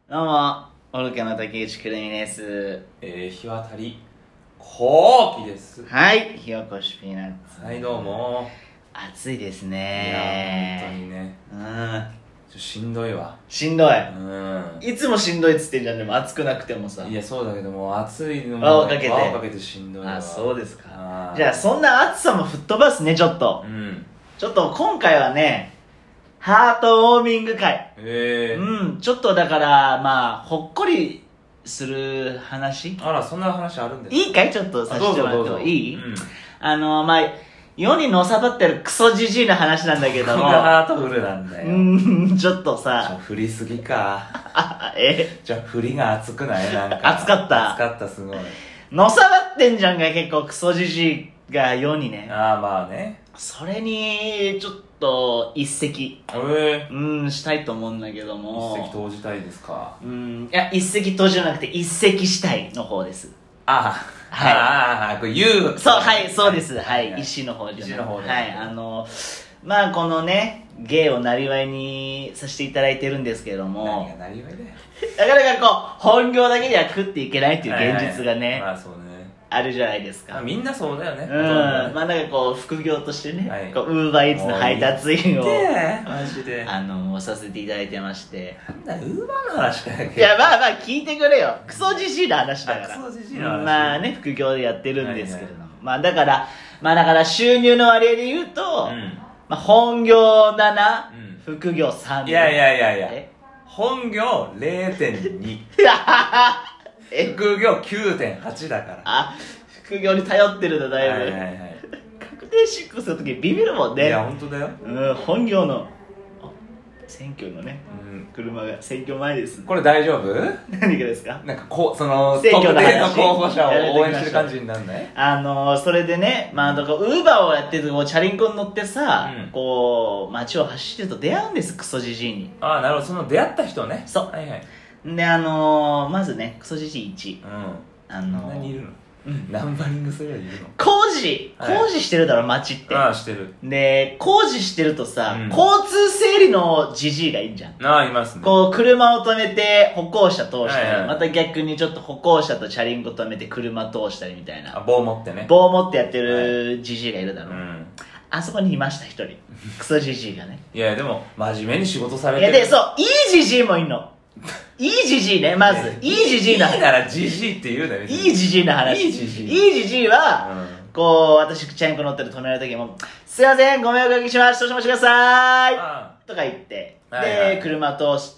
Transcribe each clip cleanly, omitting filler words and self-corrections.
どうも、オルカの竹内くるみです。 日渡りこうきです。 はい、火起こしピーナッツ。 はい、どうも。 暑いですいやね。 本当にね。しんどいわ。 しんどい。いつもしんどいっつってんじゃん、でも暑くなくてもさ。 いや、そうだけども、暑いのも輪をかけてしんどいわ。 そうですか。じゃあ、そんな暑さも吹っ飛ばすね、ちょっと。ちょっと今回はね、ハートウォーミング会。ちょっとだから、ほっこりする話。 あら、そんな話あるんですか？ いいかい？ちょっとさせてもらってもいい？世にのさばってるクソジジイの話なんだけども。 ハートフルなんだよ。 ちょっとさ。 振りすぎか。じゃあ振りが熱くない？なんか。 熱かった。 熱かった、すごい。 のさばってんじゃんが結構クソジジイが世にね。 まあね。 それに、ちょっと一石。したいと思うんだけども。 一石投じたいですか？ いや、一石投じじゃなくて一石したいの方です。 これ言う。 そう、はい、そうです。はい、石の方じゃない。 石の方で。 はい、このね、芸をなりわいにさせていただいてるんですけども。 何がなりわいだよ。 なかなか本業だけでは食っていけないっていう現実がね。 そうね。 あるじゃないですか。 みんなそうだよね。 副業としてね、ウーバーイーツの配達員をマジでさせていただいてまして。 なんだウーバーの話かよ。 いや聞いてくれよ。クソじじいの話だから。 クソじじいの話。 副業でやってるんですけれども、だから収入の割合で言うと、本業7、副業3。 いや本業 0.2 副業 9.8 だから。 副業に頼ってるんだ、だいぶ。確定申告するときビビるもんね。 いや、本当だよ。 本業の選挙のね、車が選挙前です。 これ大丈夫？ 何がですか？ なんか特定の候補者を応援してる感じになんない？ それでね、ウーバーをやってるとチャリンコに乗ってさ、街を走ってると出会うんです、クソじじいに。 なるほど、その出会った人ね。 そう。で、まずね、クソじじい1。 何いるの？ナンバリングするよりいるの？ 工事してるだろ、街って。 してる。 で、工事してるとさ、交通整理のじじいがいいんじゃん。 いますね。 車を止めて歩行者通したり、また逆にちょっと歩行者とチャリンコ止めて車通したりみたいな。 棒持ってね。 棒持ってやってるじじいがいるだろ。あそこにいました、一人。クソじじいがね。 いや、でも、真面目に仕事されてる。 で、そう、いいじじいもいんの。いいじじいね、まず。いいじじいな。 いいならじじいって言うなよ。 いいじじいの話。いいじじいは、私、チャリンコ乗ってる止められる時も、すいません、ご迷惑おかけします、少々お待ちください。とか言って、で、車通して、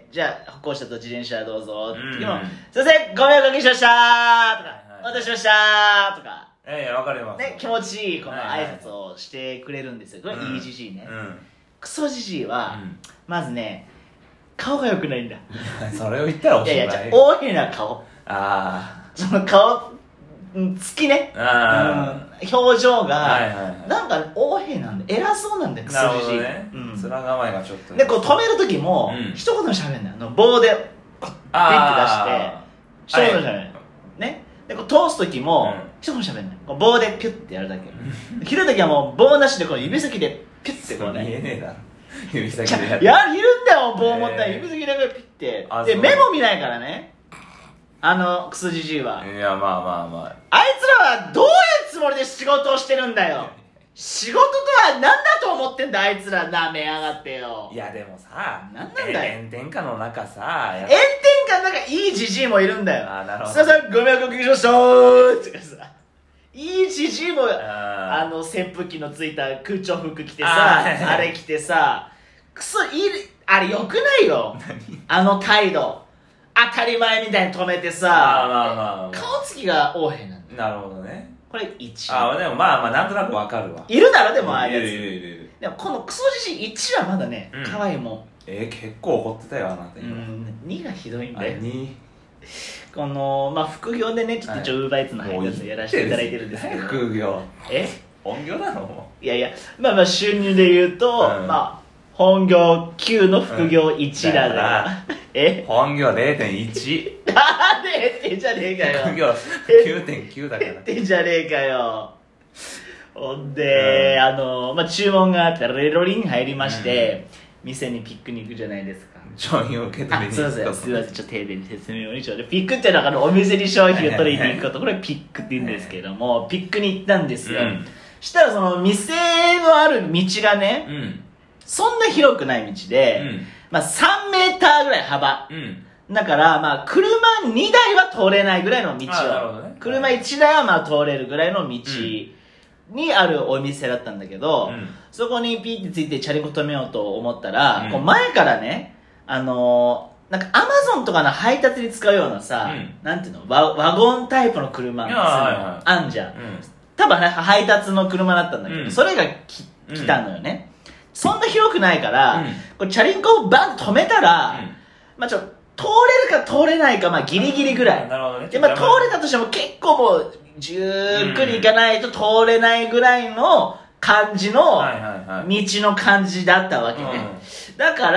じゃあ、歩行者と自転車どうぞ。って時も、すいません、ご迷惑おかけしましたとか、お待たせしましたとか。 わかります。 ね、気持ちいい、この挨拶をしてくれるんですよ。これ、いいじじいね。クソじじいは、まずね、顔が良くないんだ。 それを言ったらおしまい。 いや、大変な顔。その顔、月ね。表情が、なんか横柄なんだ。偉そうなんだよ、クソじじい。 面構えがちょっと。 で、止めるときも、一言も喋んない。棒で、ピッて出して、一言も喋んない。ね。で、通すときも、一言も喋んない。棒でピュッてやるだけ。切るときはもう棒なしで、指先でピュッてこうね。 見えねえだろ。指先でやる。 いや、いるんだよ、棒持ったら指先だけピッて。で、目も見ないからね。クソじじいは。 いや、まあ。 あいつらはどういうつもりで仕事をしてるんだよ。仕事とは何だと思ってんだ、あいつら。なめやがってよ。 いや、でもさ、 なんだよ。 炎天下の中さ、 炎天下の中いいじじいもいるんだよ。 なるほど。 すいません、ご迷惑おかけしましたーってかさ。いいじじいも、扇風機のついた空調服着てさ、あれ着てさ、あれよくないよ。態度。当たり前みたいに止めてさ、顔つきが横柄なんだ。 なるほどね。 これ1。 でもなんとなくわかるわ。 いるだろ、でもああいうやつ。 いる。 でもこのクソじじい1はまだね、可愛いもん。 結構怒ってたよ、あなた今。 2がひどいんだよ。 2。 副業でね、ちょっとウーバーイーツの配達やらせていただいてるんですけど。 副業。本業なのもう。いや、収入で言うと、本業9の副業1だから。 本業 0.1。 0.1じゃねえかよ。 副業 9.9 だから。 0.1じゃねえかよ。ほんで、注文があってレロリン入りまして、 店にピックに行くじゃないですか。 商品を受け取りに行くと。 すいません、ちょっと丁寧に説明を一応で、ピックっていうのはお店に商品を取りに行くこと、これピックって言うんですけども、ピックに行ったんですよ。したらその店のある道がね、そんな広くない道で、まあ3メーターぐらい幅。だからまあ車2台は通れないぐらいの道を、車1台はまあ通れるぐらいの道にあるお店だったんだけど、そこにピーってついてチャリンコ止めようと思ったら、こう前からね、なんかアマゾンとかの配達に使うようなさ、なんていうの、ワゴンタイプの車あんじゃん。多分ね、配達の車だったんだけど、それが来たのよね。そんな広くないから、これチャリンコをバンと止めたら、まあ通れるか通れないか、まあギリギリぐらい。なるほどね。で、まあ通れたとしても結構もう、ゆっくり行かないと通れないぐらいの感じの、道の感じだったわけね。だから、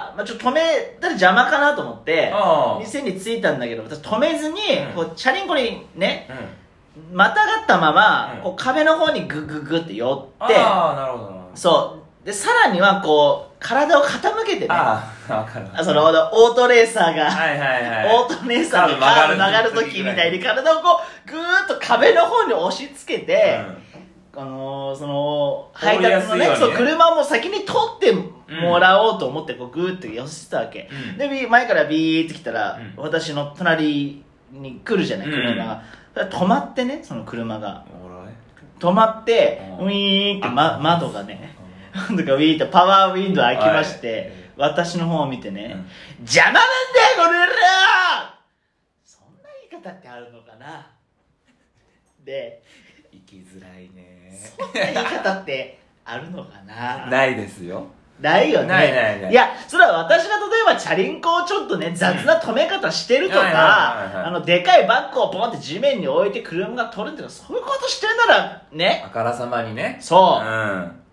まあちょっと止めたら邪魔かなと思って、店に着いたんだけど、私止めずに、こう、チャリンコにね、またがったまま、こう壁の方にグッグッグッって寄って、そう。で、さらにはこう、体を傾けてね。その、オートレーサーが、オートレーサーがカーブ曲がるときみたいに体をこう、ぐーっと壁の方に押し付けて、その、配達のね、そう、車をもう先に取ってもらおうと思って、こう、ぐーっと寄せてたわけ。で、前からビーって来たら、私の隣に来るじゃない、車が。止まってね、その車が。止まって、ウィーンって、窓がね、なんかウィーンってパワーウィンドウ開きまして、私の方を見てね、邪魔なんだよ、この野郎！そんな言い方ってあるのかな。で、 生きづらいね。 そんな言い方ってあるのかな。 ないですよ。 ないよね。ない。いや、それは私が例えばチャリンコをちょっとね、雑な止め方してるとか、でかいバッグをポンって地面に置いて車が取るっていうのは、そういうことしてるなら、ね。 あからさまにね。 そう。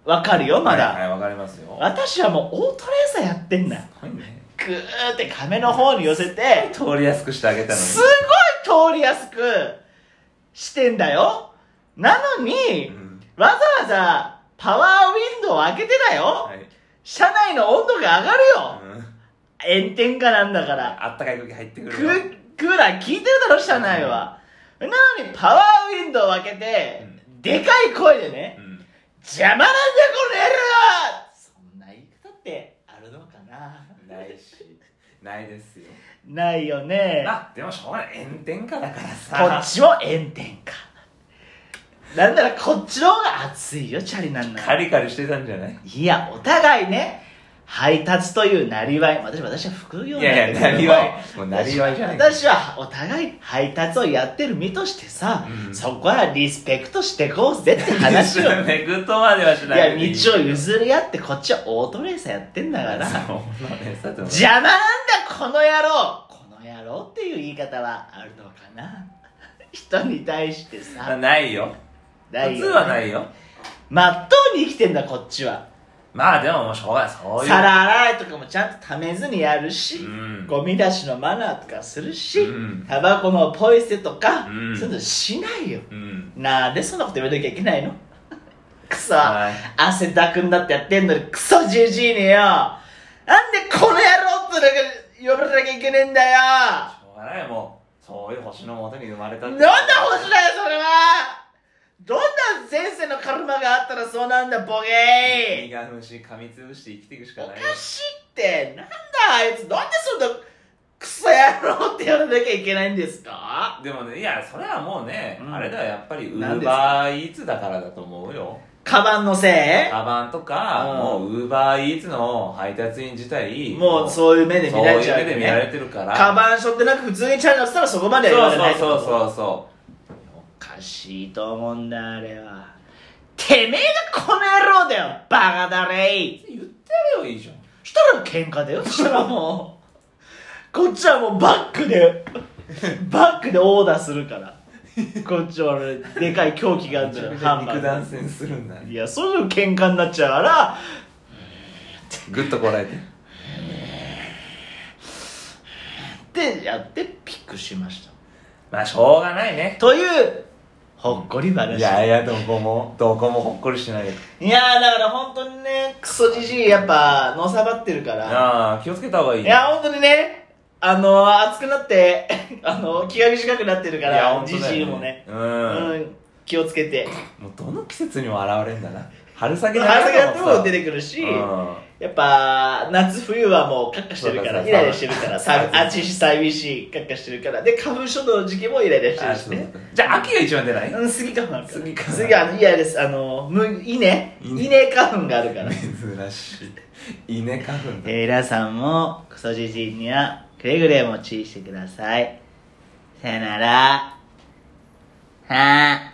わかるよ、まだ。 はい、わかりますよ。 私はもうオートレーサーやってんだ。すごいね。ぐーって壁の方に寄せて、 通りやすくしてあげたのに。 すごい通りやすくしてんだよ。なのに、わざわざパワーウィンドウを開けてだよ。車内の温度が上がるよ、炎天下なんだから。 あったかい空気入ってくるよ。 クーラー効いてるだろ、車内は。なのにパワーウィンドウを開けて、でかい声でね、邪魔なんだよ、この野郎！そんな言い方ってあるのかな。 ないし、ないですよ。 ないよね。 でもしょうがない。炎天下だからさ。 こっちも炎天下。なんならこっちの方が暑いよ、チャリなんなら。 カリカリしてたんじゃない？ いや、お互いね、配達というなりわい、私は副業なんだけども。 いや、なりわい。もうなりわいじゃない。 私はお互い配達をやってる身としてさ、そこはリスペクトしてこうぜって話を。 リスペクトまではしない。 いや、道を譲り合ってこっちはオートレーサーやってんだから。邪魔なんだ、この野郎！この野郎っていう言い方はあるのかな。人に対してさ。 ないよ。普通はないよ。 まっとうに生きてんだ、こっちは。 まあでももうしょうがない。そういう皿洗いとかもちゃんとためずにやるし、ゴミ出しのマナーとかするし、タバコのポイ捨てとか、そういうのしないよ。なんでそんなこと言わなきゃいけないの？クソ、汗だくんだってやってんのにクソじじいねよ。なんでこの野郎って呼ばれなきゃいけねえんだよ。 しょうがない、もうそういう星の下に生まれたって。 なんだ星だよ、それは。どんな前世のカルマがあったらそうなんだ、ボケー。 苦虫噛みつぶして生きていくしかないよ。 おかしいって。なんだあいつ、なんでそんなクソ野郎ってやらなきゃいけないんですか？ でもね、いや、それはもうね、あれだよ、やっぱりウーバーイーツだからだと思うよ。 カバンのせい？ カバンとか、もうウーバーイーツの配達員自体、 もうそういう目で見られちゃう、 そういう目で見られてるから。 カバン背負ってなく普通にチャリ乗ってたらそこまでは言われない。 そう。 おかしいと思うんだ、あれは。てめえがこの野郎だよ、バカだれい。 言ってやれよ、いいじゃん。 したら喧嘩だよ、したらもう。こっちはもうバックでオーダーするから。こっちは俺、でかい凶器があるんだよ、ハンマー。 肉弾戦するんだ。 いや、そういう喧嘩になっちゃうから、 グッとこらえて。 ってやってピックしました。 まあ、しょうがないね。 という、 ほっこり話。 いやいや、どこもほっこりしないよ。 いやだから本当にね、クソじじいやっぱのさばってるから。 ああ、気をつけた方がいい。 いや本当にね、熱くなって気が短くなってるから、じじいもね、気をつけて。 もうどの季節にも現れんだな。春先だっても出てくるし、やっぱ夏冬はもうカッカしてるから、イライラしてるから、暑いし寂しいカッカしてるから、で花粉症の時期もイライラしてるしね。 じゃあ秋が一番出ない？ スギ花粉あるから。スギが嫌です。稲花粉があるから。 珍しい。稲花粉だ。 皆さんもクソじじいにはくれぐれも注意してください。さよなら。はー。